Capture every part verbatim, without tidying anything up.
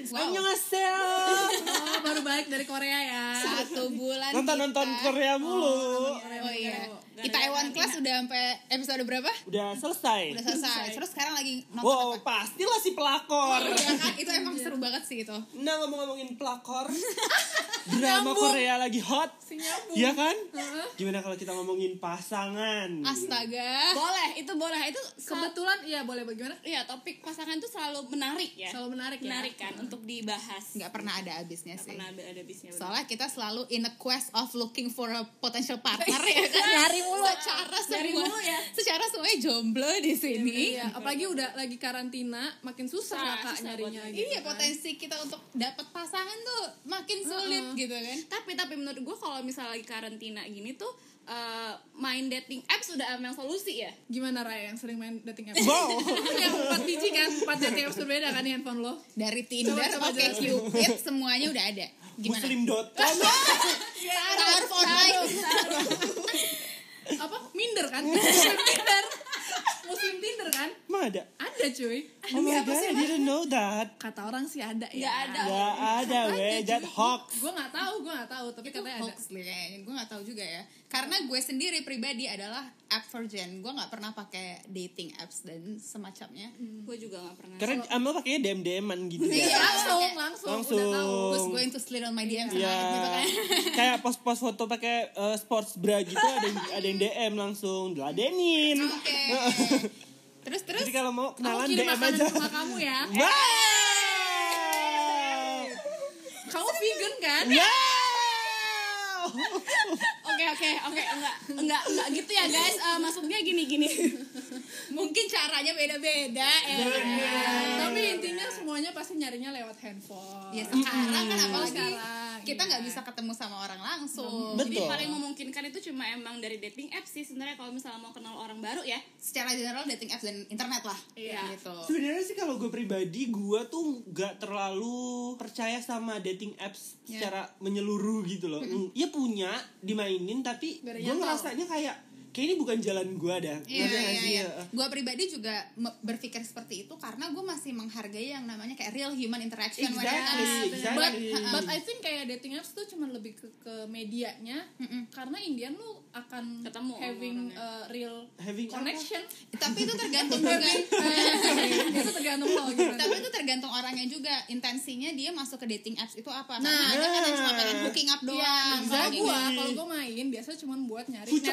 Wow. Annyeonghaseyo. Oh, baru balik dari Korea ya. Satu bulan Nonton-nonton kita. Korea mulu. Oh iya. Di Taiwan Class udah sampai episode berapa? Udah selesai. Udah selesai. Terus sekarang lagi nonton Wow, apa? pastilah si pelakor. Iya kan? Itu emang seru banget sih itu. Nah, ngomong-ngomongin pelakor, drama Korea lagi hot. Si nyambung. Iya kan? Gimana kalau kita ngomongin pasangan? Astaga. Boleh, itu boleh. Itu Kebetulan iya boleh bagaimana? Iya, topik pasangan tuh selalu menarik ya. Selalu menarik ya. Menarik kan untuk dibahas. Nggak pernah ada habisnya Nggak sih. pernah ada, ada bisnya. Soalnya kita selalu in a quest of looking for a potential partner ya kan. Nyari mulu. Secara Nyari semua, mulu ya. Secara semuanya jomblo di sini. Iya, apalagi udah lagi karantina, makin susah Susah, lah Kak susah nyarinya buat- gitu. Iya, kan. potensi kita untuk dapat pasangan tuh makin sulit Uh-uh. gitu kan. Tapi tapi menurut gue kalau misalnya lagi karantina gini tuh eh, main dating apps udah emang solusi ya. Gimana Raya yang sering main dating apps? Wow. Yang empat biji kan, empat dating apps berbeda kan di handphone lo. Dari Tinder, Coba, coba Oke Cupid, semuanya udah ada. Gimana? Muslim dot com. Taruh online. Apa? Minder kan? Muslim Tinder. Muslim Tinder kan? Emang ada? Ada cuy. Oh my god, I didn't know that. Kata orang sih ada ya. Nggak ada. Gak ada, weh. That hoax. Gue nggak tahu, gue nggak tahu, tapi Itu katanya ada. hoax nih kayaknya. Gue nggak tahu juga ya. Karena gue sendiri pribadi adalah app virgin. Gue nggak pernah pakai dating apps dan semacamnya. Gue juga nggak pernah. Karena Amel pakainya D M D M-an gitu Iya. ya. Langsung, langsung, Langsung. udah tahu. Terus gue into slid on my D M Iya. gitu kan. Kayak post-post foto pakai uh, sports bra gitu ada yang, ada yang D M langsung diladenin. Oke. Terus terus. Jadi kalau mau Aku kenalan D kirim M makanan aja. ke rumah kamu ya. Wow. Kamu vegan kan? Wow. Oke oke oke enggak enggak enggak gitu ya guys. Eh, maksudnya gini gini. Mungkin caranya beda-beda ya. Tapi intinya semuanya pasti nyarinya lewat handphone. Ya sekarang kan apalagi Sekarang, kita nggak iya. bisa ketemu sama orang langsung. Betul. Jadi paling memungkinkan itu cuma emang dari dating apps sih sebenarnya kalau misalnya mau kenal orang baru ya. Secara general dating apps dan internet lah. Iya. Gitu. Sebenarnya sih kalau gue pribadi gue tuh gak terlalu percaya sama dating apps Ya. secara menyeluruh gitu loh. Mm, ya punya dimainin tapi Gak ada gue nyantol. ngerasanya kayak kayak ini bukan jalan gue dah. Iya, Ngerti nggak iya, sih? iya. Ya. Gue pribadi juga me- berpikir seperti itu karena gue masih menghargai yang namanya kayak real human interaction. Exactly, Whereas- exactly. But, but I think kayak dating apps tuh cuma lebih ke, ke medianya. Mm-mm. Karena Indian lu akan Ketemu sama having orangnya. uh, real Having apa? connection. Tapi itu tergantung juga. Itu tergantung lo gimana. Tapi itu tergantung orangnya juga. Intensinya dia masuk ke dating apps itu apa? Nah, Karena ada kan yang cuma pengen hooking up doang. Iya, Kalau kalau gitu. gua, kalau gua main biasa cuma buat nyari Pucuk. net.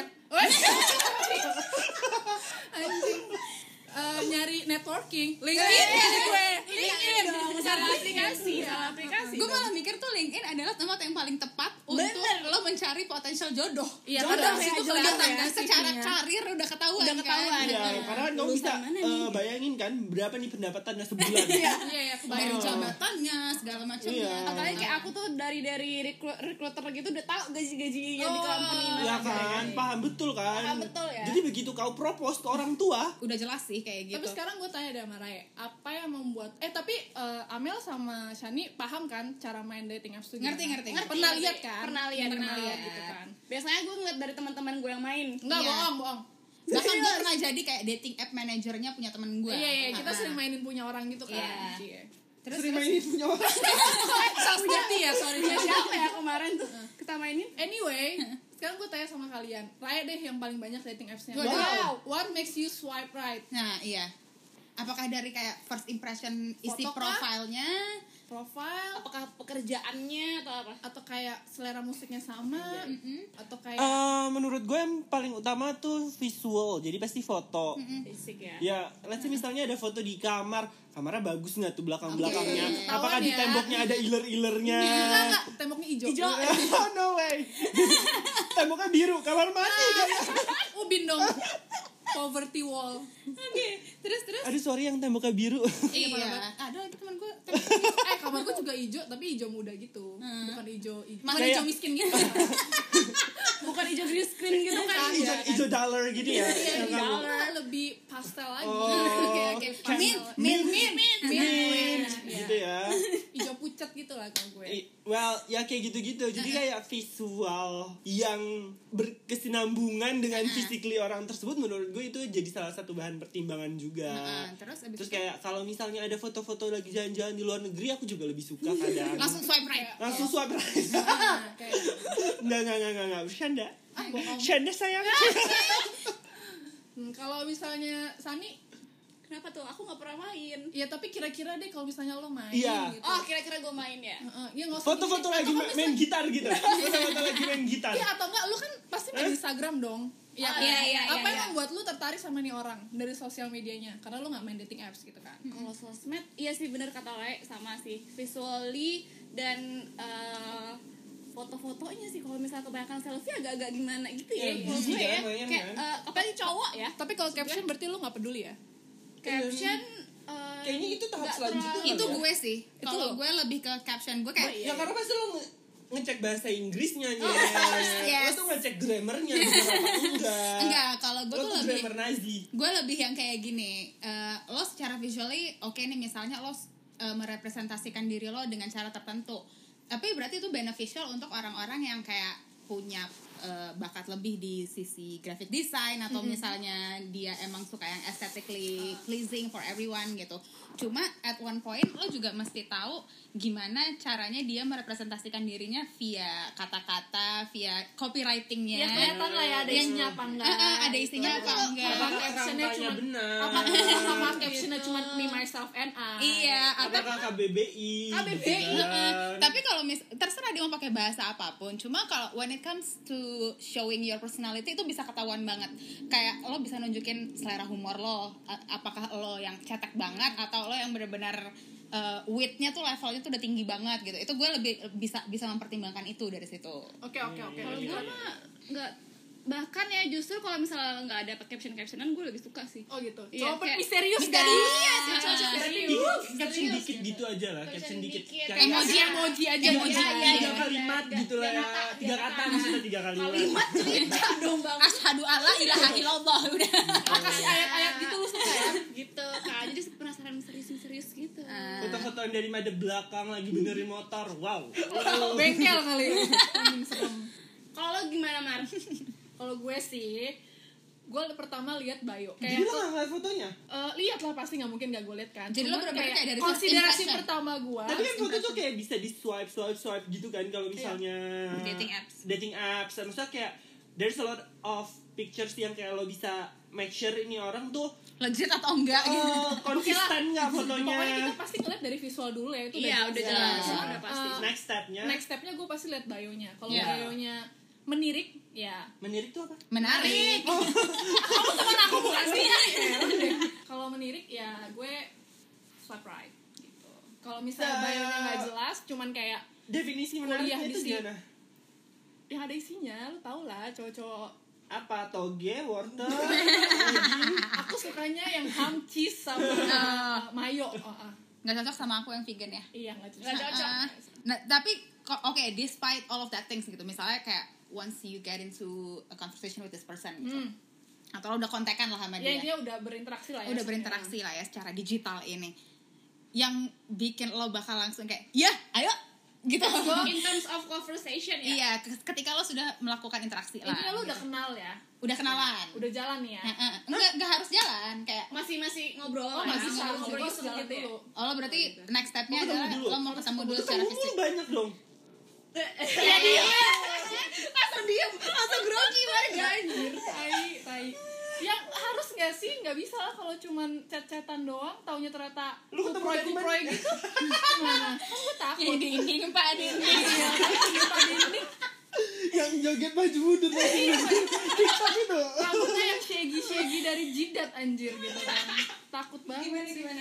Anjing. Eh, nyari networking. LinkedIn jadi gue. LinkedIn. Salah aplikasi, salah aplikasi. Gue malah mikir tuh LinkedIn adalah tempat yang paling tepat untuk lo mencari potensial jodoh. Iya, jodoh padahal itu situ kelihatan kelihatan kan ya secara sisinya. karir udah ketahuan Udah ketahuan, kan. Iya, Iya. karena kan kamu Lulusan bisa mana eh, nih? bayangin kan berapa nih pendapatannya sebulan. Iya, iya, Bayar kebayang. jabatannya segala macamnya. Iya. Apalagi kayak aku tuh dari dari recru- recruiter gitu udah tahu gaji-gajinya di Oh. company mana. Iya kan, paham betul kan. Paham betul ya. Jadi begitu kau propose ke orang tua, Udah jelas sih kayak gitu. Tapi sekarang gue tanya deh sama Raya, apa yang membuat eh tapi eh, Amel sama Shani paham kan cara main dating apps itu? Ngerti, gimana? ngerti, Ngerti, ngerti. Pernah lihat kan? Pernah lihat, Pernah pernah lihat lihat. gitu kan. Biasanya gue ngeliat dari teman-teman gue yang main. Enggak, Iya. bohong, bohong. Bahkan gue pernah jadi kayak dating app manajernya punya temen gue. Iya, iya, kita Ah. sering mainin punya orang gitu kan. Iya. Iya. Terus sering mainin punya orang. Sasjati ya, sorry. Punya siapa ya kemarin tuh kita mainin? Anyway, sekarang gue tanya sama kalian. Raya deh yang paling banyak dating apps-nya. Wow. What makes you swipe right? Nah, iya. Apakah dari kayak first impression isi Foto kah? profilnya? Profile Apakah pekerjaannya atau apa? atau kayak selera musiknya sama atau kayak Eh, menurut gue yang paling utama tuh visual, jadi pasti foto. Fisik ya. Ya, let's say misalnya ada foto di kamar, kamarnya bagus nggak tuh belakang-belakangnya? Oke. Apakah di Ketahuan ya. temboknya ada iler-ilernya? enggak enggak temboknya hijau. Hijau. Oh no way. Temboknya biru, kamar mandi kan? Ubin dong. Poverty wall. Oke, terus terus. Aduh sorry yang temboknya biru. Iya. Mana, Ada lagi teman gue. eh kamar gue juga hijau tapi hijau muda gitu. Bukan hijau hijau. Bukan Kayak- hijau miskin gitu. Bukan hijau green screen gitu kan? Hijau, hijau dollar gitu ya. Iya, Yang kamu- hijau lebih pastel lagi. Oh, Oke oke. kayak Mint, mint, mint, mint. mint, Iya. gitu ya. Hijau pucuk pucat gitu lah kalau gue. I- well ya kayak gitu-gitu jadi kayak visual yang berkesinambungan dengan physically orang tersebut menurut gue itu jadi salah satu bahan pertimbangan juga. Nah, terus abis Terus itu kayak kalau misalnya ada foto-foto lagi jalan-jalan di luar negeri aku juga lebih suka kadang langsung swipe right. langsung swipe right. Nah, kayak Enggak, enggak, enggak, enggak, enggak, bercanda. bohong. Bercanda sayang. Hmm, kalau misalnya Sani, Kenapa tuh? Aku nggak pernah main. ya tapi kira-kira deh kalau misalnya lo main Iya. gitu. Oh, kira-kira gue main ya? Heeh, ya nggak usah Foto-foto gini. lagi Atau ma- kalau main misalnya- gitar gitu. Foto-foto lagi main gitar. Iya atau enggak lu kan pasti main Instagram dong. Ya, kan? iya, iya, Apa iya, yang iya. membuat lu tertarik sama nih orang dari sosial medianya? Karena lu nggak main dating apps gitu kan. Kalau sosmed, iya sih bener kata Le, sama sih visually dan eh, foto-fotonya sih. Kalau misalnya kebanyakan selfie agak-agak gimana gitu ya. Iya, Kalau jijik gue kan, ya, lumayan kayak kan. eh, apalagi cowok ya. Tapi kalau caption berarti lu nggak peduli ya? Caption eh, Kayaknya itu tahap nggak selanjutnya. terlalu- Itu ya? gue sih. Itu Kalau lo. gue lebih ke caption gue kayak Ya karena pasti lo nge- ngecek bahasa Inggrisnya nya. yes. Lo tuh ngecek grammarnya bener apa enggak. enggak, kalau gue Lo tuh tuh lebih grammar Nazi. gue lebih yang kayak gini. eh, lo secara visually oke nih misalnya lo eh, merepresentasikan diri lo dengan cara tertentu. Tapi berarti itu beneficial untuk orang-orang yang kayak punya eh, bakat lebih di sisi graphic design atau misalnya dia emang suka yang aesthetically pleasing for everyone gitu. Cuma at one point lo juga mesti tahu gimana caranya dia merepresentasikan dirinya via kata-kata, via copywritingnya. Ya kelihatan lah ya ada Yang- isinya apa enggak. Eh, eh, ada isinya gitu. apa enggak. Apa captionnya Rangkanya cuma benar. apa apa captionnya cuma me myself and I. Iya, atau Apakah K B B I? K B B I, gitu kan. tapi kalau mis terserah dia mau pakai bahasa apapun, cuma kalau when it comes to showing your personality itu bisa ketahuan banget. Kayak lo bisa nunjukin selera humor lo, A- apakah lo yang cetek banget atau lo yang benar-benar uh, witnya tuh levelnya tuh udah tinggi banget gitu. Itu gue lebih bisa bisa mempertimbangkan itu dari situ. Oke oke oke. Kalau gue mah nggak, bahkan ya justru kalau misalnya nggak ada caption captionan gue lebih suka sih. Oh gitu. Iya, Cowok kayak- misterius kan? Iya, Cowok ah, misterius. Dikit, caption Serius, dikit gitu aja lah, caption Caption dikit. dikit. Kayak Emoji-emoji aja. Emoji. Emoji. Iya, iya, tiga iya. kalimat Tiga- gitu lah, tiga kata, tiga tiga kata kata. maksudnya tiga kalimat. Kalimat cerita dong bang. Asyhadu alla ilaha illallah udah. Kasih ayat-ayat gitu lu suka ya? Gitu kan, jadi penasaran serius-serius gitu. Ah. Foto-fotoan dari madep belakang lagi benerin motor, wow. Bengkel kali. Anjing serem. Kalau lo gimana Mar? Kalau gue sih, gue pertama lihat bio. Jadi Kayak lo nggak ngeliat fotonya? eh, lihat lah pasti nggak mungkin gak gue lihat kan. Jadi lo Cuman bener-bener kayak dari first konsiderasi impression. pertama gue. Tapi kan foto tuh kayak bisa di swipe, swipe, swipe gitu kan kalau misalnya Dating apps. dating apps. Maksudnya kayak there's a lot of pictures yang kayak lo bisa make sure ini orang tuh Legit atau enggak gitu. oh, konsisten nggak fotonya. Pokoknya kita pasti ngeliat dari visual dulu ya, itu Iya udah jelas, jelas. udah pasti. Eh, Next stepnya Next stepnya gue pasti lihat bio-nya. Kalau Iya. bio-nya menirik, ya. menirik tuh apa? Menarik. Kamu teman aku bukan sih? Kalau menirik ya gue swipe right gitu. Kalau misalnya Nah. bio-nya nggak jelas, cuman kayak Definisi Kuliah menariknya di itu sini. gimana? yang ada isinya, lu tau lah cowok-cowok. Apa toge, wortel, Aku sukanya yang ham, cheese sama Oh. mayo. Oh, ah. Nggak cocok sama aku yang vegan ya. Iya nggak cocok. Nggak cocok. Ah, nah, tapi ko- oke, despite all of that things gitu, misalnya kayak once you get into a conversation with this person gitu, Hmm. atau lo udah kontekan lah sama Ya dia, dia udah berinteraksi lah ya. udah berinteraksi lah ya secara digital ini, yang bikin lo bakal langsung kayak, ya, ayo, gitu. In terms of conversation ya. Iya, ke- ketika lo sudah melakukan interaksi lah, Intinya lu udah gitu. kenal ya. udah kenalan, Udah jalan nih ya. Heeh. nggak nggak harus jalan, kayak, Masih masih ngobrol Oh, ya. masih ngobrol, harus ngobrol ngobrol gitu gitu ya. dulu. oh lo berarti next stepnya Mau ketemu adalah dulu? lo mau ketemu dulu Itu secara ketemu fisik. banyak dong. Ya dia. Langsung diem, langsung grogi warga anjir. Tai, tai. Yang harus nggak sih? Nggak bisa lah kalau cuman chat-chatan doang, taunya ternyata Lu ketemu kuproy dari kuproy gitu. Gimana? Kan gue takut. Dinding pak dinding. Iya, kan dinding. Yang joget baju wudhu lagi. TikTok itu. Rambutnya yang shaggy-shaggy dari jidat anjir gitu kan. Takut banget Gimana sih. gimana?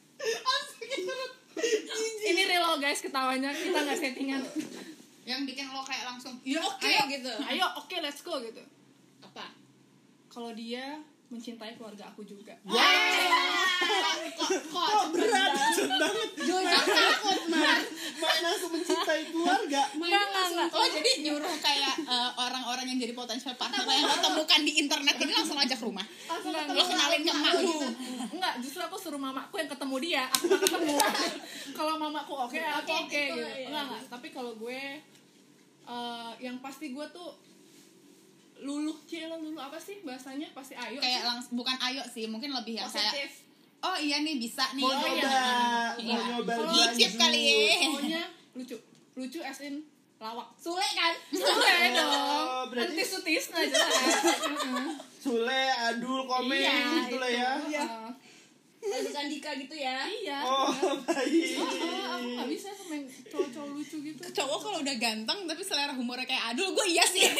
Ini real loh guys ketawanya, kita nggak settingan. Yang bikin lo kayak langsung, ya oke Ayo gitu. Ayo, oke let's go gitu. Apa? Kalau dia mencintai keluarga aku juga. Kok berat banget. Jujur takut Mar. Mak langsung mencintai keluarga. Enggak, enggak, enggak. Lo jadi nyuruh kayak eh, orang-orang yang jadi potential partner lo yang lo temukan di internet ini langsung ajak rumah. Enggak, Lo kenalin ke emak lu. Enggak, enggak, justru aku suruh mamaku yang ketemu dia, aku gak ketemu. Kalau mamaku oke, okay, aku oke okay, gitu. Iya. Enggak enggak, tapi kalau gue uh, yang pasti gue tuh luluh, cila luluh apa sih bahasanya? Pasti ayo. Kayak sih. langsung bukan ayo sih, mungkin lebih yang Positif. kayak oh iya nih bisa nih. Mau oh, nyoba, iya. mau nyoba Kalau lanjut. Icip kali ya. Pokoknya lucu, lucu as in lawak. Sule kan? Sule dong. Oh, berarti- Anti sutis nah jelas. Sule, adul, komen Iya, gitu lah ya. Iya. Lalu Sandika gitu ya. Iya. Oh, baik. Oh, aku gak bisa sama yang cowok-cowok lucu gitu. Cowok kalau udah ganteng tapi selera humornya kayak adul, gue iya sih.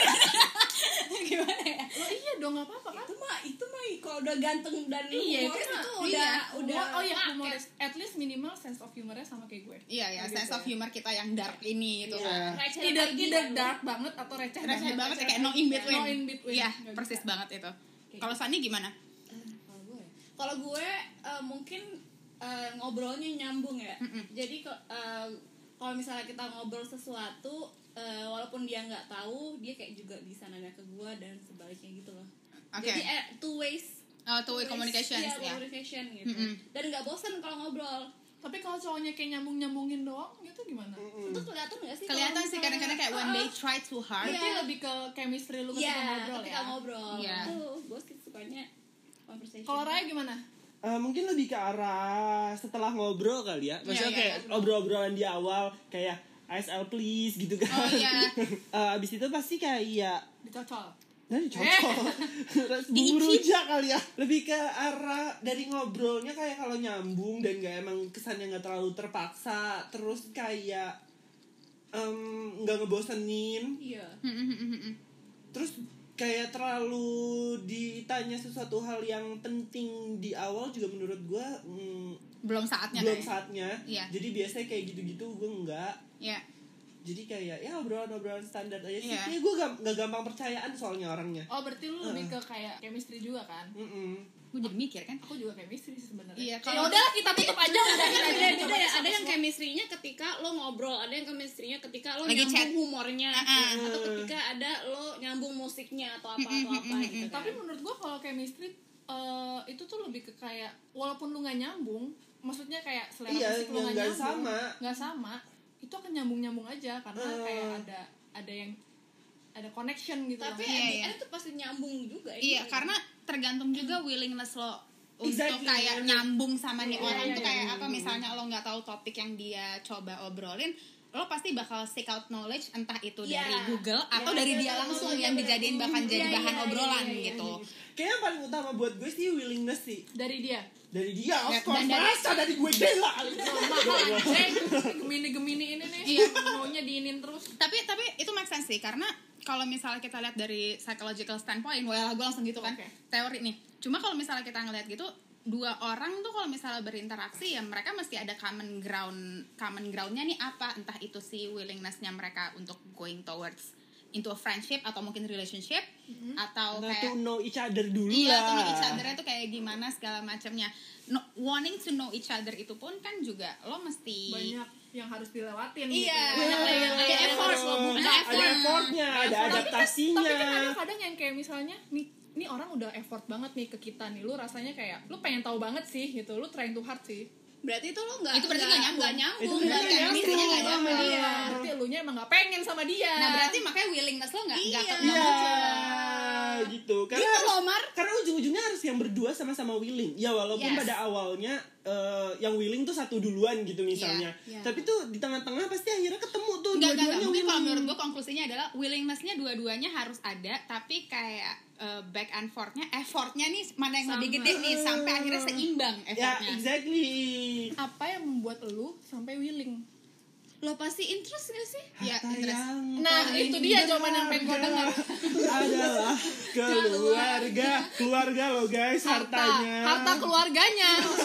Gimana ya? Lo iya dong, gak apa-apa kan? Itu mah itu mah kalau udah ganteng dan Iya, humoris itu mah. itu Iya. udah udah Oh iya, paket. humoris. At least minimal sense of humornya sama kayak gue. Iya ya, Gitu sense of ya. humor kita yang dark ini itu Iya. kan. Receh Either, lagi either kan. dark banget atau receh, Receh banget ya, kayak no in between. No in between. Iya, Nggak persis bisa. banget itu. Kalau Sani gimana? Kalau gue, kalau gue eh, mungkin eh, ngobrolnya nyambung ya. Mm-mm. Jadi ko- eh, kalau misalnya kita ngobrol sesuatu, eh, walaupun dia nggak tahu, dia kayak juga bisa nanya ke gue dan sebaliknya gitu loh. Oke. Jadi eh, two ways. Oh, two way communication Iya, ya. communication gitu. Mm-mm. Dan nggak bosan kalau ngobrol. Tapi kalau cowoknya kayak nyambung-nyambungin doang gitu gimana? Itu kelihatan nggak sih? Kelihatan kalau sih misalnya- kadang-kadang kayak when they try too hard. Berarti lebih ke chemistry lu Iya, ketika ngobrol ketika ya? ngobrol. Iya. Itu gue sih sukanya conversation. Kalau Raya gimana? Eh, mungkin lebih ke arah setelah ngobrol kali ya. Maksudnya Iya, iya, kayak obrol-obrolan di awal kayak I S L please gitu kan. Oh, iya. Eh, abis itu pasti kayak Dicocol. nah cocok. Bumbu rujak kali ya. Lebih ke arah dari ngobrolnya kayak kalau nyambung dan gak emang kesannya nggak terlalu terpaksa. Terus kayak em, nggak ngebosenin. Iya. Terus kayak terlalu ditanya sesuatu hal yang penting di awal juga menurut gue mm, Belum saatnya belum kayaknya. saatnya. Iya. Jadi biasanya kayak gitu-gitu gue enggak. Iya. Jadi kayak ya obrolan-obrolan standar aja sih. Iya. Kayak gue gak, gak gampang percayaan soalnya orangnya. Oh berarti lu lebih ke kayak chemistry juga kan? Mm-mm. Gue jadi mikir kan. Aku juga chemistry sih sebenarnya. Iya, Ya kalau- udahlah kita tutup aja udah Ada kita beda coba ya, sama ada yang semua. chemistry-nya ketika lo ngobrol, ada yang chemistry-nya ketika lo Lagi nyambung chat. humornya, Uh-uh. atau ketika ada lo nyambung musiknya atau apa atau apa gitu. Tapi kan. menurut gua kalau chemistry eh, itu tuh lebih ke kayak walaupun lu nggak nyambung, maksudnya kayak selera Iya, musik lu nggak nggak nyambung, sama. nggak sama, itu akan nyambung-nyambung aja karena Eh. kayak ada ada yang ada connection gitu. Tapi loh. Iya, at the iya. end tuh pasti nyambung juga. Iya, karena tergantung juga willingness lo untuk Exactly. kayak nyambung sama nih Iya, orang iya, tuh iya. kayak apa, misalnya lo nggak tahu topik yang dia coba obrolin, lo pasti bakal seek out knowledge entah itu Iya. dari Google atau Iya, dari iya, dia iya, langsung iya, yang bener. dijadiin bahkan jadi Iya, bahan iya, obrolan iya, iya, gitu. Kayaknya yang paling utama buat gue sih willingness sih. Dari dia. Dari dia, of Ya, course. dan dari- Masa dari gue gila. Mahal anjing, gemini-gemini ini nih. Iya. Maunya diinin terus. Tapi tapi itu make sense sih karena kalau misalnya kita lihat dari psychological standpoint, well gue langsung gitu kan Oke. teori nih. Cuma kalau misalnya kita ngeliat gitu, dua orang tuh kalau misalnya berinteraksi ya mereka mesti ada common ground, common groundnya nih apa? Entah itu si willingnessnya mereka untuk going towards into a friendship atau mungkin relationship atau Nah, kayak to know each other dulu iya lah. to know each other itu kayak gimana segala macamnya. No, wanting to know each other itu pun kan juga lo mesti Banyak yang harus dilewatin Iya. gitu. Banyak layer Ada layer effort, harus lo buka. ada effort. Ada effortnya, ada Tapi kan- adaptasinya. Tapi kan kadang-kadang yang kayak misalnya nih nih orang udah effort banget nih ke kita nih, lu rasanya kayak lu pengen tahu banget sih gitu, lu trying too hard sih. Berarti itu lo nggak Itu berarti nggak nyambung. nggak nyambung. Itu berarti berarti nggak chemistry-nya nggak nyambung. dapet. Iya. Berarti elunya emang gak pengen sama dia. Nah berarti makanya willingness lo nggak nggak Iya. ketemu. Iya, gitu. Karena Gitu loh, Mar. karena ujung-ujungnya harus yang berdua sama-sama willing. Ya walaupun Yes. pada awalnya eh, yang willing tuh satu duluan gitu misalnya. Iya, iya. Tapi tuh di tengah-tengah pasti akhirnya ketemu tuh Enggak, enggak, dua-duanya enggak. Mungkin kalau willing. menurut gue konklusinya adalah willingness-nya dua-duanya harus ada, tapi kayak uh, back and forth-nya, effortnya nih mana yang lebih Sama. gede nih sampai akhirnya seimbang Ya, effortnya. exactly. Apa yang membuat lu sampai willing? Lo pasti interest gak sih? Ya, Harta interest. yang Nah, paling itu dia jawaban yang pengen gue berharga denger. adalah keluarga. Keluarga lo guys, Harta, hartanya. harta keluarganya.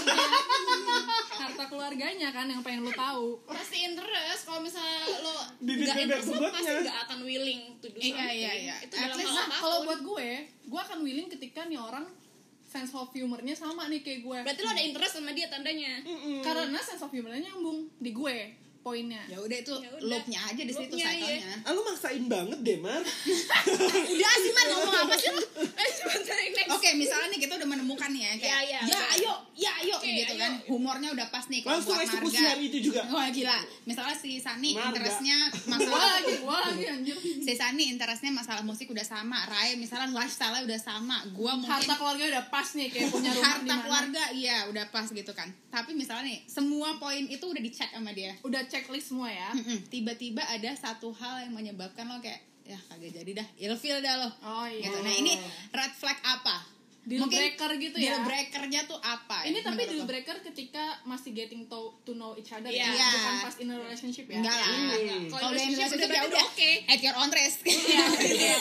Harta keluarganya kan yang pengen lu tahu. Pasti interest. Kalau misalnya lo Bibit nggak bebek interest, lo bobotnya. pasti nggak akan willing to do Iya, something. iya, iya. Itu At dalam least, hal Nah, apapun. kalau buat gue, gue akan willing ketika nih orang sense of humornya sama nih kayak gue. Berarti lo ada interest sama dia tandanya. Mm-mm. Karena sense of humornya nyambung di gue poinnya. Ya udah itu Ya udah. loop-nya aja di situ Loop-nya, cycle-nya. Ah, lu maksain banget deh, Mar. Udah sih Man ngomong apa sih lu? Eh, cuma cari next. Oke, misalnya nih kita udah menemukan nih ya kayak Ya, ya. ya ayo, ya humornya udah pas nih kalau Langsung buat eksekusi Marga. hari itu juga. Wah gila. Misalnya si Sani Marga. interestnya Gua masalah lagi, gua lagi anjir. si Sani interestnya masalah musik udah sama, Rai misalnya lifestyle udah sama, gua mungkin Harta keluarga udah pas nih kayak punya rumah di harta mana. keluarga iya udah pas gitu kan. Tapi misalnya nih semua poin itu udah dicek sama dia. Udah checklist semua ya. Mm-mm. Tiba-tiba ada satu hal yang menyebabkan lo kayak ya kagak jadi dah, ilfeel dah lo. Oh iya. Gitu. Nah ini red flag apa? Deal Mungkin breaker gitu ya. Deal breakernya tuh apa? Ini ya, tapi menurut deal lo? breaker ketika masih getting to, to know each other Iya. ya, bukan pas in a relationship ya. Enggak lah. Hmm. Kalau udah relationship relationship udah ya berarti udah oke. at your own risk. Iya, iya.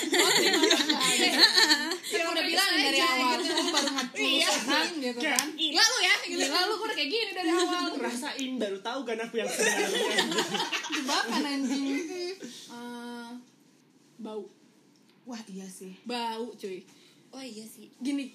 Kan udah bilang dari aja, awal gitu. tuh baru nggak Iya. senang gitu kan. Gila lu ya gitu. Gila lu udah kayak gini dari awal. Rasain baru tahu kan aku yang sebenarnya. Jebakan anjing. Eh, bau. Wah iya sih. Bau cuy. Oh iya sih. Gini.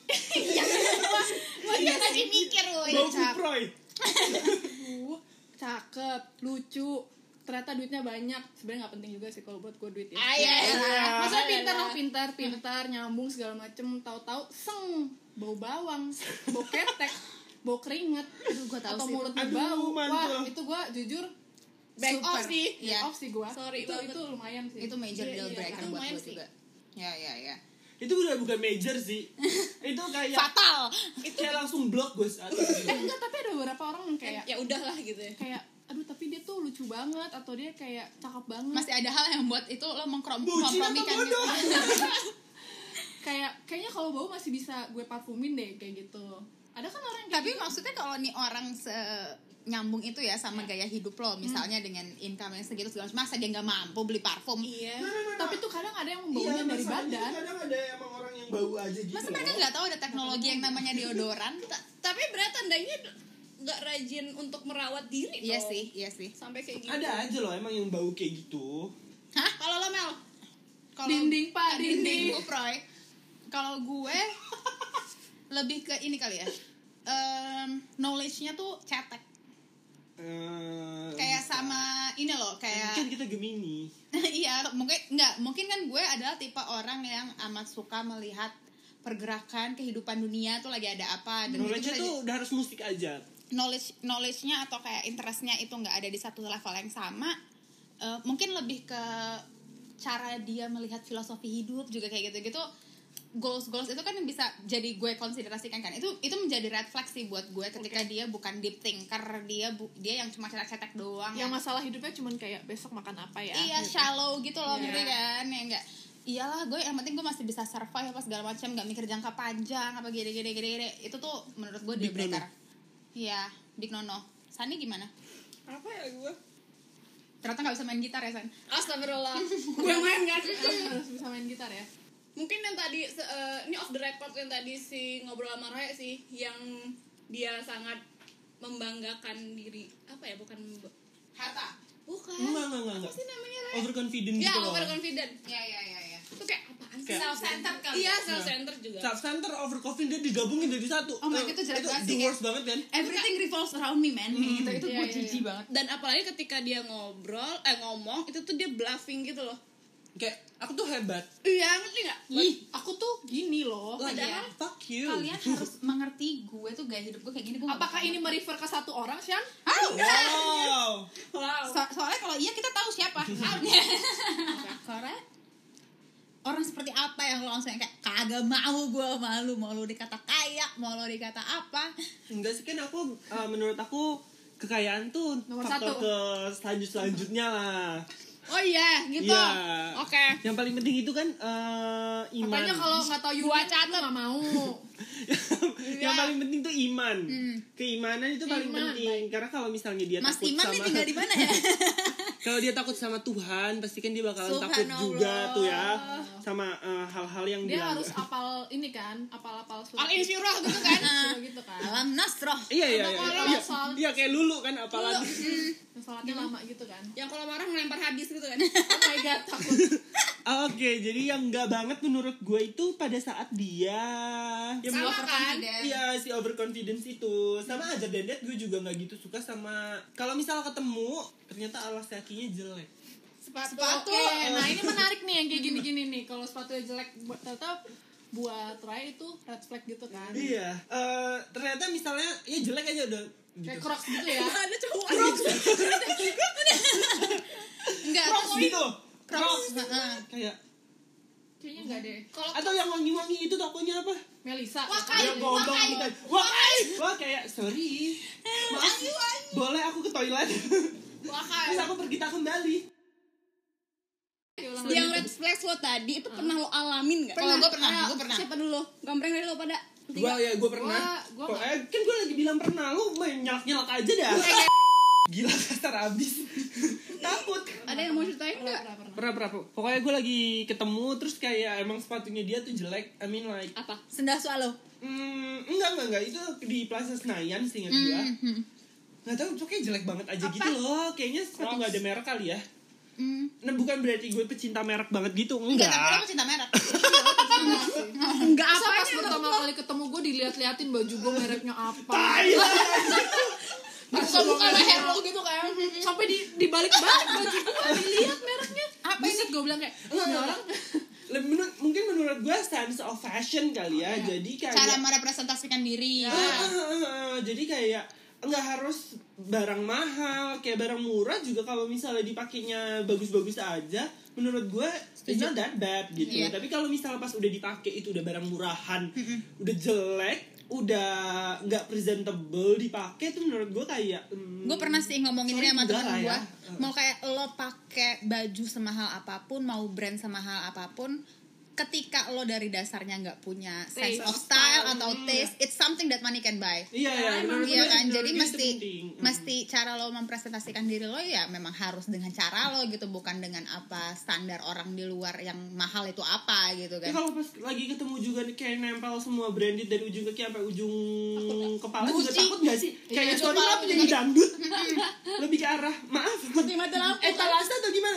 Wah iya lagi mikir woi. Bau Fuproy. Uh, cakep, lucu. Ternyata duitnya banyak. Sebenarnya nggak penting juga sih kalau buat gue duit ya. Ah, iya, iya. Masa pintar lah, pintar, pintar, nyambung segala macem. Tahu-tahu seng, bau bawang, bau ketek, bau keringet. Aduh gua tahu atau sih. mulutnya Aduh, bau. mantul. Wah, itu gue jujur Back super. off sih. Back Iya. off sih gue. Sorry itu, banget. itu lumayan sih. Itu major Iya, deal iya, breaker kan? buat lumayan gue sih. juga. Ya ya ya. Itu udah bukan major sih. Itu kayak Fatal. kayak langsung blok gue saat itu. Eh, enggak, tapi ada beberapa orang yang kayak Ya udahlah gitu ya. kayak aduh tapi dia tuh lucu banget atau dia kayak cakep banget. Masih ada hal yang buat itu lo mengkrom- Bucin apa mengkompromikan bodoh? gitu. kayak kayaknya kalau bau masih bisa gue parfumin deh kayak gitu. Ada kan orang yang kayak Tapi gitu. maksudnya kalau nih orang se nyambung itu ya sama gaya hidup lo misalnya dengan income yang segitu segala macam, masa dia nggak mampu beli parfum? Iya. Tapi tuh kadang ada yang Iya, baunya dari masalahnya badan. kadang ada emang orang yang bau aja gitu. Masa loh. mereka nggak tahu ada teknologi yang namanya deodoran? Ta- Tapi berarti tandanya nggak rajin untuk merawat diri Iya dong. sih, iya sih. Sampai kayak gitu. Ada aja loh emang yang bau kayak gitu. Hah? Kalau lo Mel? Kalau Dinding, Pak, dinding, dinding. Uproy. Kalau gue lebih ke ini kali ya. Em, knowledge-nya tuh cetek. Eh, Kayak sama ini loh, kayak kan kita Gemini. iya, mungkin enggak, mungkin kan gue adalah tipe orang yang amat suka melihat pergerakan kehidupan dunia tuh lagi ada apa dan Knowledge-nya itu tuh udah harus musik aja. knowledge knowledge-nya atau kayak interest-nya itu nggak ada di satu level yang sama. Eh, mungkin lebih ke cara dia melihat filosofi hidup juga kayak gitu-gitu. Goals goals itu kan yang bisa jadi gue konsiderasikan kan. Itu itu menjadi red flag sih buat gue ketika dia bukan deep thinker, dia bu, dia yang cuma cetek-cetek doang. Yang masalah hidupnya cuman kayak besok makan apa ya. iya gitu. shallow gitu loh Iya. gitu kan ya enggak iyalah gue yang penting gue masih bisa survive apa segala macam nggak mikir jangka panjang apa gini gini gini gini. Itu tuh menurut gue deal Big no-no. breaker. Iya big no no. Sani gimana? Apa ya gue? Ternyata nggak bisa main gitar ya San? Astagfirullah. Gue main kan harus bisa main gitar ya. Mungkin yang tadi se- eh, ini off the record yang tadi si ngobrol sama Raya sih, yang dia sangat membanggakan diri. Apa ya? Bukan memba- Harta. bukan. Enggak, enggak, enggak, Apa enggak. sih namanya Raya? Overconfident Ya, gitu loh. overconfident. Iya iya iya iya. Itu kayak apaan sih? Kayak- Self-centered kali. Iya, ya? self center juga. Self center overconfident digabungin jadi satu. Oh my God, Eh, itu jelek banget the sih, worst banget kan? Everything revolves around me man. Gitu itu Iya, gue iya, jijik iya. banget. Dan apalagi ketika dia ngobrol, eh ngomong, itu tuh dia bluffing gitu loh. Kayak aku tuh hebat. Iya, ngerti nggak? Ih, aku tuh gini loh. Like, Iya. fuck you. Kalian harus mengerti gue tuh gaya hidup gue kayak gini. Gue nggak Apakah bakal ini ngerti. merefer ke satu orang, Shan? Ah, enggak. Wow. Wow. So- soalnya kalau iya kita tahu siapa. Karena orang seperti apa yang lo langsung kayak kagak mau gue malu mau lo dikata kaya mau lo dikata apa. Enggak sih kan aku eh, menurut aku kekayaan tuh Nomor faktor satu. ke selanjut selanjutnya lah. Oh iya, gitu. Iya. Oke. Yang paling penting itu kan eh, iman. Katanya kalau nggak tahu Gua unit, lu nggak mau. Yang paling penting tuh iman. Hmm. Keimanan itu paling Iman, penting. Karena kalau misalnya dia Mas takut Iman sama nih tinggal di mana ya? kalau dia takut sama Tuhan, pasti kan dia bakalan takut Subhanallah. juga tuh ya sama eh, hal-hal yang Dia dilanggar. harus apal ini kan, apal-apal surat. Al insyirah gitu kan. Surat gitu kan. Alam Nasroh. Iya iya Ada iya. orang Iya, soal- iya kayak lulu kan apalagi. Yang sholatnya lama gitu kan. Yang kalau marah ngelempar hadis gitu kan. Oh my god, takut. Oke, jadi yang enggak banget menurut gue itu pada saat dia yang Sama over- kan? Iya, si overconfidence itu. Sama aja Dedet gue juga nggak gitu suka sama kalau misal ketemu ternyata alas kakinya jelek. Sepatu. Sepatu. Oke, nah ini menarik nih yang kayak gini-gini nih. Kalau sepatunya jelek buat tahu buat Rai itu red flag gitu kan. Iya, uh, ternyata misalnya ya jelek aja udah gitu. Kayak Crocs gitu ya. Ada cowok Crocs, Enggak, Crocs gitu. Crocs. Heeh. Kayak Kayaknya enggak deh. Kalau atau yang wangi-wangi itu tokonya apa? Melisa. Wakai. Yang gombong gitu. Wakai. Wah kayak sorry. Maaf. Boleh aku ke toilet? Wakai. Terus aku pergi tak kembali. yang red flag lo tadi itu pernah lo alamin nggak? Kalau gue pernah, Ayo, gue pernah. Siapa dulu? Gambreng dari lo pada. Gua ya gue pernah. Gua- gua Kok, eh, kan gue lagi bilang pernah. Lu main nyelak-nyelak aja dah. Gila kasar abis. Takut. Ada yang mau ceritain nggak? Pernah, pernah. Pernah pernah. Pokoknya gue lagi ketemu terus kayak emang sepatunya dia tuh jelek. I mean like Apa? Sendal soal lo? Hmm, enggak enggak enggak itu di Plaza Senayan sih ingat gua. Hmm. Nggak tahu pokoknya jelek banget aja gitu loh. Kayaknya sepatu nggak ada merek kali ya. Hmm. Nah bukan berarti gue pecinta merek banget gitu. Enggak, tapi lo Enggak. pecinta merek. Enggak Masa apa pas pertama kali ketemu gue dilihat-liatin baju gue mereknya apa. Tai. Buka-buka leher lo gitu kan? sampai di dibalik balik baju gue dilihat mereknya. Apa ini? Gue bilang kayak, ini orang Lebih menurut, mungkin menurut gue sense of fashion kali ya. Jadi kayak Cara merepresentasikan diri. Ah, ah, ah, ah. jadi kayak nggak harus barang mahal, kayak barang murah juga kalau misalnya dipakainya bagus-bagus aja, menurut gue it's not that bad gitu. Iya. Tapi kalau misalnya pas udah dipakai itu udah barang murahan, udah jelek, udah nggak presentable dipakai tuh menurut gue kayak hmm, Gue pernah sih ngomongin ini sama sorry, teman enggak gue. lah ya. Mau kayak lo pakai baju semahal apapun, mau brand semahal apapun, ketika lo dari dasarnya nggak punya sense Taste. of style atau Hmm. taste, it's something that money can buy. Iya ya, menurut Iya gue- kan, menurut jadi gue itu mesti penting. Hmm. mesti cara lo mempresentasikan diri lo ya memang harus dengan cara lo gitu, bukan dengan apa standar orang di luar yang mahal itu apa gitu Ya, kan. kalau pas lagi ketemu juga nih, kayak nempel semua branded dari ujung kaki sampai ujung kepala juga Gucci. takut gak sih? Kayak Iya, sorry kepala maaf jadi dangdut. Lebih ke arah maaf. Mati mati lampu. Etalase atau gimana?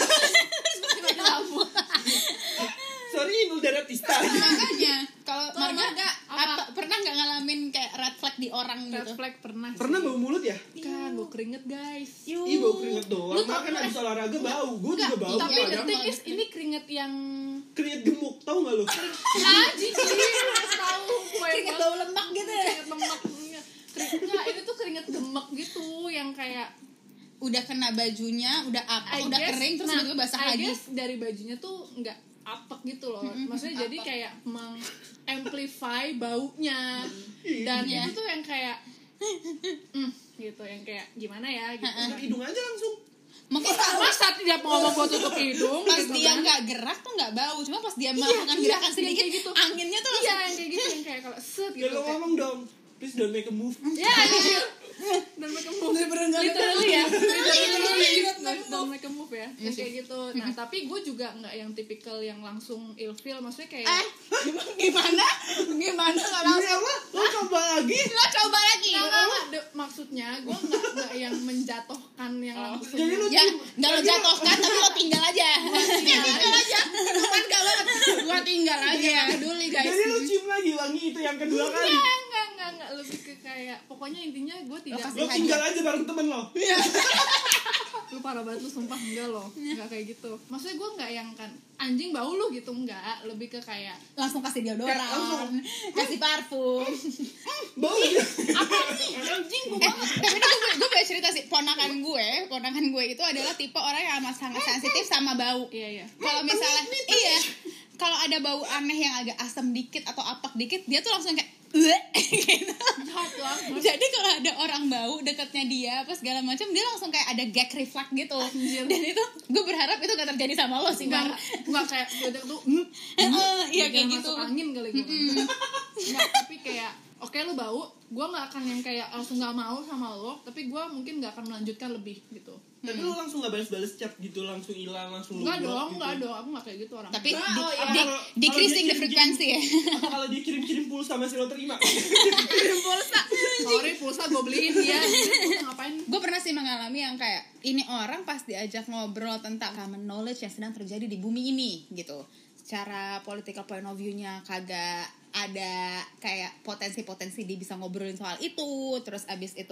Sorry Inul Daratista. Makanya kalau Kalau Marga Marga, apa? apa? pernah nggak ngalamin kayak red flag di orang red gitu? flag pernah. Pernah bau mulut ya? Kan bau keringet guys. Ih bau keringet doang. Lu tau Makan nggak? habis olahraga bau. Gue juga bau. Tapi Iya, the dong, thing kalau is ini keringet yang Keringet gemuk tau gak lo? Aji sih tahu gue Keringet bau lemak gitu ya? keringet lemak. Iya. Keringet enggak, ini tuh keringet gemek gitu yang kayak Udah kena bajunya, udah apa, I udah guess- kering terus nah, tiba-tiba basah I lagi. guess dari bajunya tuh nggak apek gitu loh. Maksudnya jadi apek. kayak mengamplify baunya. Dan Iya. itu tuh yang kayak mm, gitu yang kayak gimana ya gitu. Tutup hidung aja langsung. Mungkin kalau Masa tidak mau ngomong gua tutup hidung pas gitu dia kan. nggak gerak tuh nggak bau, cuma pas dia melakukan iya, gerakan yang sedikit kayak gitu. anginnya tuh Iya langsung yang kayak gitu yang kayak kalau set Ya gitu. lo kayak, ngomong dong. Please don't make a move. ya anjir. Dan make a move. Literally ya. Literally. Dan make a move ya. Yang kayak gitu. Nah, tapi gue juga nggak yang tipikal yang langsung ilfeel. Maksudnya kayak eh gimana gimana nggak Ini langsung apa? Lo coba lagi? lo coba lagi Nggak, nggak, nggak. De- maksudnya gue nggak nggak yang menjatuhkan yang langsung. Jadi lo ya cium- nggak lo jadi lo- jatuhkan tapi lo tinggal aja ya tinggal aja kan gak banget gua tinggal aja ya peduli guys Jadi lo cium lagi wangi itu yang kedua kali. Nggak, nggak, nggak, nggak. Lebih ke kayak pokoknya intinya gue tidak. kasih Lo tinggal aja bareng temen lo. Lu parah banget lu sumpah enggak loh. Enggak kayak gitu. Maksudnya gue nggak yang kan anjing bau lu gitu enggak. Lebih ke kayak langsung kasih deodoran Kayak langsung. kasih parfum Bau dia. anjing gue eh tapi ini gue gue punya cerita sih, ponakan gue ponakan gue itu adalah tipe orang yang amat sangat sensitif sama bau. iya iya. Kalau misalnya iya kalau ada bau aneh yang agak asam dikit atau apak dikit dia tuh langsung kayak "Bleh," gitu. Jahat banget. Jadi kalau ada orang bau dekatnya dia apa segala macam dia langsung kayak ada gag reflex gitu. Dan itu gue berharap itu gak terjadi sama lo sih, Enggak, Mar. enggak kayak gue tuh hmm, Heeh, iya kayak jangan gitu. masuk angin kali gue. Enggak, tapi kayak oke lu bau, gue nggak akan yang kayak langsung nggak mau sama lo, tapi gue mungkin nggak akan melanjutkan lebih gitu. Tapi lo langsung gak balas-balas chat gitu, langsung hilang, langsung lo Enggak block dong, gitu. enggak dong, aku nggak kayak gitu orang. Tapi Enggak, di, oh, iya. di- Kalau- decreasing kalau the dia frequency ya. Atau kalau dia kirim-kirim pulsa masih lo terima. Pulsa. sorry pulsa gue beliin dia. Pulsa ngapain? Gue pernah sih mengalami yang kayak ini orang pas diajak ngobrol tentang common knowledge yang sedang terjadi di bumi ini gitu. Secara political point of view-nya kagak ada kayak potensi-potensi dia bisa ngobrolin soal itu, terus abis itu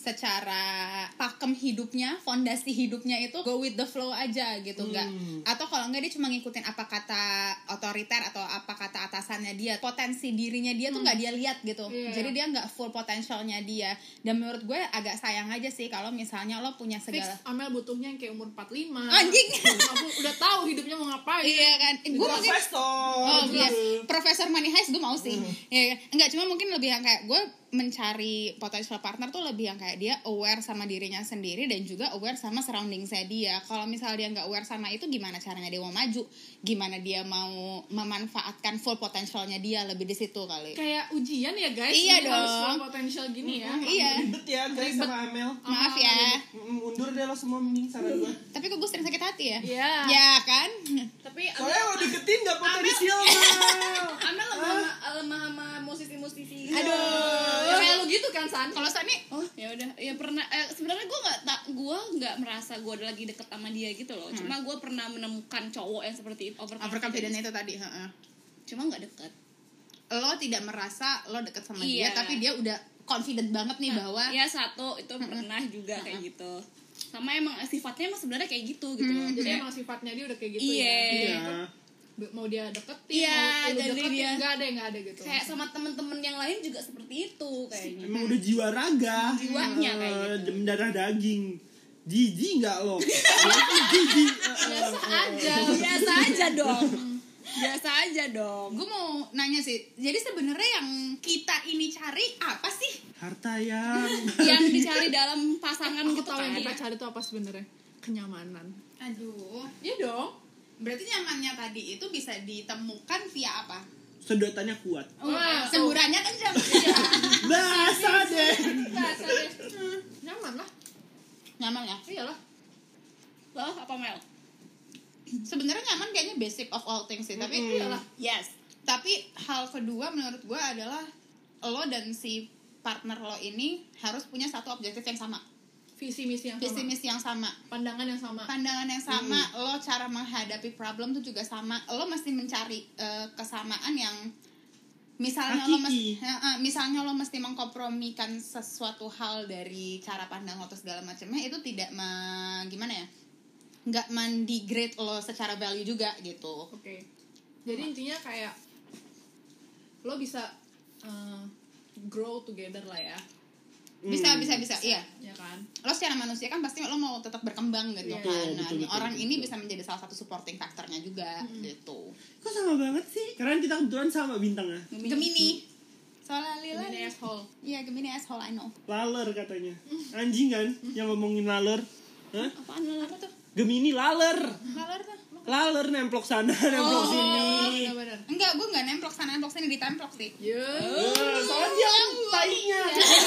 secara pakem hidupnya, fondasi hidupnya itu go with the flow aja gitu, enggak Hmm. atau kalau enggak dia cuma ngikutin apa kata otoriter atau apa kata atasannya dia, potensi dirinya dia tuh nggak dia lihat gitu. Iya. Jadi dia nggak full potensialnya dia, dan menurut gue agak sayang aja sih kalau misalnya lo punya Fix segala Amel butuhnya yang kayak umur empat puluh lima. anjing. Aku udah tahu hidupnya mau ngapain. Iya kan, gue mungkin Profesor. oh gitu. iya Profesor Money Heist gue mau sih. Ya, enggak, cuma mungkin lebih yang kayak gue mencari potential partner tuh lebih yang kayak dia aware sama dirinya sendiri dan juga aware sama surroundingsnya dia. Kalau misalnya dia nggak aware sama itu, gimana caranya dia mau maju? Gimana dia mau memanfaatkan full potensialnya dia? Lebih di situ kali. Kayak ujian ya guys. Iya Jadi harus dong. full potensial gini ya. Iya. Ribet ya guys sama Amel. Maaf ya. Mm, Mundur deh lo semua mending saran gue. Tapi kok gue sering sakit hati ya? Iya. Ya kan? Tapi Soalnya lo deketin gak potensial Mel. Amel lemah lemah sama musisi-musisi. Aduh. Ya kayak lu gitu kan San. Kalau Sani, Oh ya udah, ya pernah. Eh, sebenarnya gue nggak tak, gue nggak merasa gue lagi deket sama dia gitu loh. Cuma gue pernah menemukan cowok yang seperti itu, overconfident itu tadi, heeh. Cuma nggak deket. Lo tidak merasa lo deket sama Iya. dia, tapi dia udah confident banget nih bahwa Ya satu itu pernah juga kayak gitu. Sama emang sifatnya emang sebenarnya kayak gitu gitu loh. Jadi Kayak- emang sifatnya dia udah kayak gitu Iya. ya. Jadi Iya. mau dia deketin, Iya, mau lu jadi deketin, dia- nggak ada nggak ada gitu. kayak sama temen-temen yang lain juga seperti itu kayaknya. Emang udah jiwa raga. Jiwanya kayak Eh, gitu. mendarah daging. Jijik nggak lo? Jijik. biasa aja. Biasa aja dong. Biasa aja dong. gue mau nanya sih, jadi sebenarnya yang kita ini cari apa sih? Harta yang. Yang dicari dalam pasangan Aku gitu tahu yang kan. kita cari tuh apa sebenarnya? Kenyamanan. Aduh, Iya dong. berarti nyamannya tadi itu bisa ditemukan via apa? Sedotannya kuat. Oh, Wah, semburannya kencang. Basah deh. Biasa deh. Nyaman lah. Nyaman ya? Iyalah. Loh, apa Mel? Sebenarnya nyaman kayaknya basic of all things sih, tapi Mm-mm. iyalah. Yes. Tapi hal kedua menurut gue adalah lo dan si partner lo ini harus punya satu objektif yang sama, Visi misi yang visi sama. misi yang sama, Pandangan yang sama. pandangan yang sama, lo cara menghadapi problem tuh juga sama. Lo mesti mencari eh, kesamaan yang misalnya lo mesti Hakiki. ya, eh, misalnya lo mesti mengkompromikan sesuatu hal dari cara pandang lo atau segala macamnya, itu tidak me- gimana ya, nggak mendegrade lo secara value juga gitu. Oke. Jadi intinya kayak lo bisa uh, grow together lah ya. Bisa Hmm. bisa bisa iya. Ya kan? Lo secara manusia kan pasti lo mau tetap berkembang gitu Iya. kan. Betul, Nah, betul, betul, orang betul, ini betul. bisa menjadi salah satu supporting faktornya juga gitu. Kok sama banget sih? Karena kita kebetulan sama bintangnya. Gemini. Soalnya Lila. Ini asshole. Iya, Gemini asshole, I know. Laler katanya. Anjing kan yang ngomongin laler. Hah? Apaan Mel? Apa tuh? Gemini laler. Laler tuh. Laler nemplok sana, nemplok sini. Benar-benar. Enggak, gue enggak nemplok sana nemplok sini, ditemplok sih. Ya. Eh, soalnya dia tainya.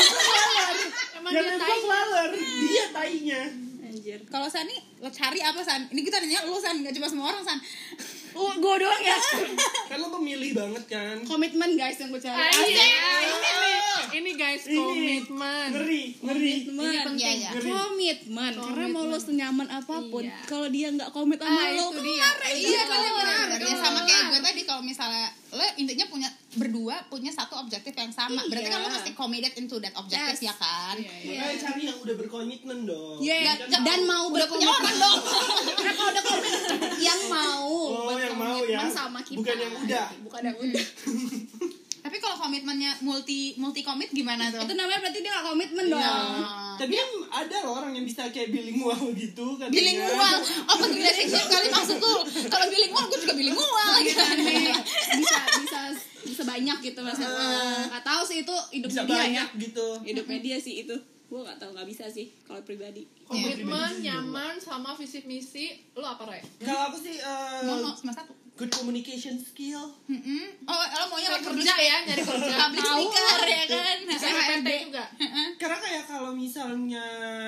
Emang Yang dia nemplok tai. laler, dia tainya. Anjir. Kalau Sani, lo cari apa San? Ini kita nanya lo San, enggak cuma semua orang San. Oh, gue doang ya. Kan lo pemilih banget kan. Komitmen guys yang gue cari. Asik. Asik. Ini guys Ini. komitmen. Ngeri, ngeri. Komitmen. Ini penting. Iya, iya. Komitmen. Karena mau lo senyaman apapun, Iya. kalau dia nggak komit sama Ah, lo, itu kelar dia. ya. Iya kan Betul. benar. Ya Betul. sama kayak gue tadi, kalau misalnya lo intinya punya berdua punya satu objektif yang sama. Berarti kan lo Iya. mesti committed into that objective Yes. ya kan? Iya, iya. Makanya cari yang udah berkomitmen dong. Iya, Ini kan- Dan, dan mau udah punya berkomitmen. orang dong. Karena kalau udah komit yang mau Oh, yang mau ya. berkomitmen sama kita. Bukan yang udah. Bukan yang udah. Tapi kalau komitmennya multi multi komit gimana tuh? Itu namanya berarti dia gak komitmen dong. Nah, Tapi kan ada loh orang yang bisa kayak bilingual gitu kan. bilingual, open relationship kali maksudku. Kalau bilingual, gue juga bilingual gitu. bisa bisa bisa banyak gitu maksudnya. Ah. Nggak tahu sih itu hidupnya Bisa dia ya. banyak gitu. Hidupnya dia sih itu. Gue nggak tahu, nggak bisa sih kalau pribadi. Komitmen, nyaman, sama visi misi. Lo apa Ray? Kalau aku sih eh, Mono cuma satu. good communication skill. Mm-mm. Oh, lo maunya Kayak like kerja ya, nyari kerja. public speaker ya kan? Bisa H R D. P T juga. Karena kayak kalau misalnya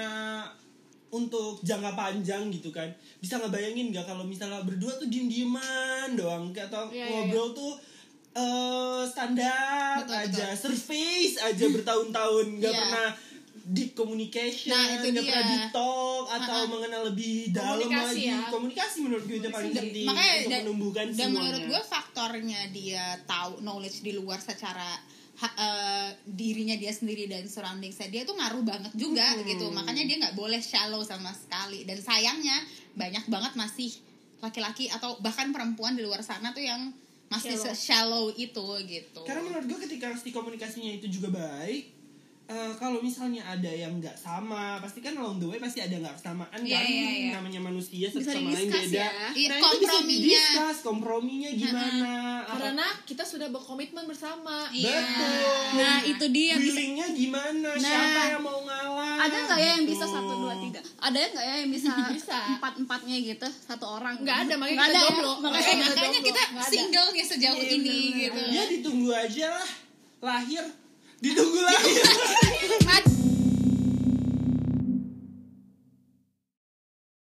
untuk jangka panjang gitu kan, bisa ngebayangin nggak kalau misalnya berdua tuh diem-dieman doang atau Iya, iya, ngobrol tuh eh standar Betul, aja, betul. surface aja bertahun-tahun nggak Iya. pernah deep communication, Nah, itu nggak dia. pernah deep talk atau Uh-uh. mengenal lebih dalam Komunikasi lagi. ya. Komunikasi menurut gue itu paling penting Makanya untuk dan, menumbuhkan dan semuanya. menurut gue faktornya dia tahu knowledge di luar secara ha- eh, dirinya dia sendiri dan surroundingsnya dia tuh ngaruh banget juga Hmm. gitu. Makanya dia nggak boleh shallow sama sekali. Dan sayangnya banyak banget masih laki-laki atau bahkan perempuan di luar sana tuh yang masih Shallow. shallow itu gitu. Karena menurut gue ketika si komunikasinya itu juga baik, eh, kalau misalnya ada yang nggak sama, pasti kan along the way pasti ada nggak kesamaan Iya, kan. iya, iya. Namanya manusia satu Bisa sama lain di-discuss beda. ya. Iya, Nah, itu bisa komprominya. di-discuss, komprominya gimana. apa- Karena kita sudah berkomitmen bersama. Iya. Betul. Nah itu dia bisa. Willingnya gimana? Nah. Siapa yang mau ngalah? Ada nggak ya yang bisa Gitu. satu dua tiga? Ada nggak ya yang bisa, Bisa. empat empatnya gitu satu orang? Nggak ada, makanya Nggak kita ada ya? jomblo. Makanya Makanya, Makanya makanya jomblo. kita Nggak ada. single nih sejauh Iya, ini bener-bener. gitu. Ya ditunggu aja lah. Lahir. Ditunggu lahir.